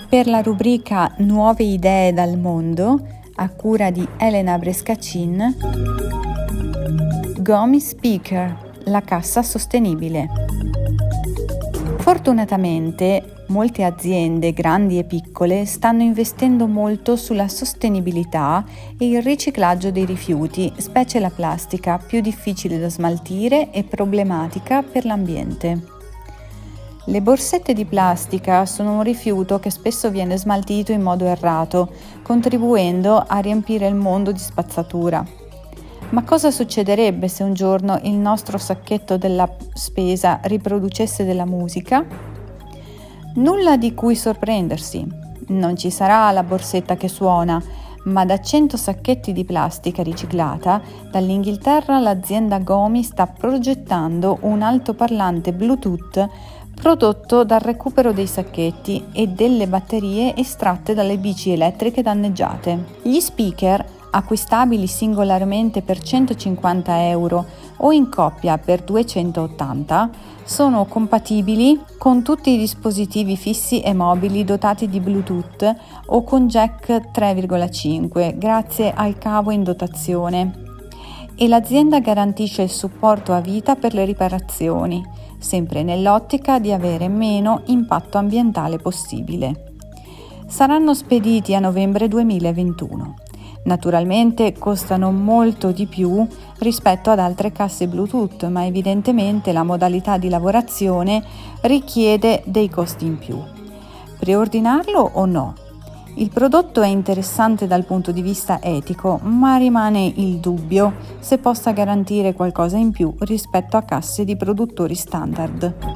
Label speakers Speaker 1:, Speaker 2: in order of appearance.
Speaker 1: per la rubrica Nuove idee dal mondo, a cura di Elena Brescacin, Gomi Speaker, la cassa sostenibile. Fortunatamente, molte aziende, grandi e piccole, stanno investendo molto sulla sostenibilità e il riciclaggio dei rifiuti, specie la plastica, più difficile da smaltire e problematica per l'ambiente. Le borsette di plastica sono un rifiuto che spesso viene smaltito in modo errato, contribuendo a riempire il mondo di spazzatura. Ma cosa succederebbe se un giorno il nostro sacchetto della spesa riproducesse della musica? Nulla di cui sorprendersi. Non ci sarà la borsetta che suona, ma da 100 sacchetti di plastica riciclata, dall'Inghilterra l'azienda Gomi sta progettando un altoparlante Bluetooth prodotto dal recupero dei sacchetti e delle batterie estratte dalle bici elettriche danneggiate. Gli speaker, acquistabili singolarmente per 150 euro o in coppia per 280, sono compatibili con tutti i dispositivi fissi e mobili dotati di Bluetooth o con jack 3,5 grazie al cavo in dotazione, e l'azienda garantisce il supporto a vita per le riparazioni, sempre nell'ottica di avere meno impatto ambientale possibile. Saranno spediti a novembre 2021. Naturalmente costano molto di più rispetto ad altre casse Bluetooth, ma evidentemente la modalità di lavorazione richiede dei costi in più. Preordinarlo o no? Il prodotto è interessante dal punto di vista etico, ma rimane il dubbio se possa garantire qualcosa in più rispetto a casse di produttori standard.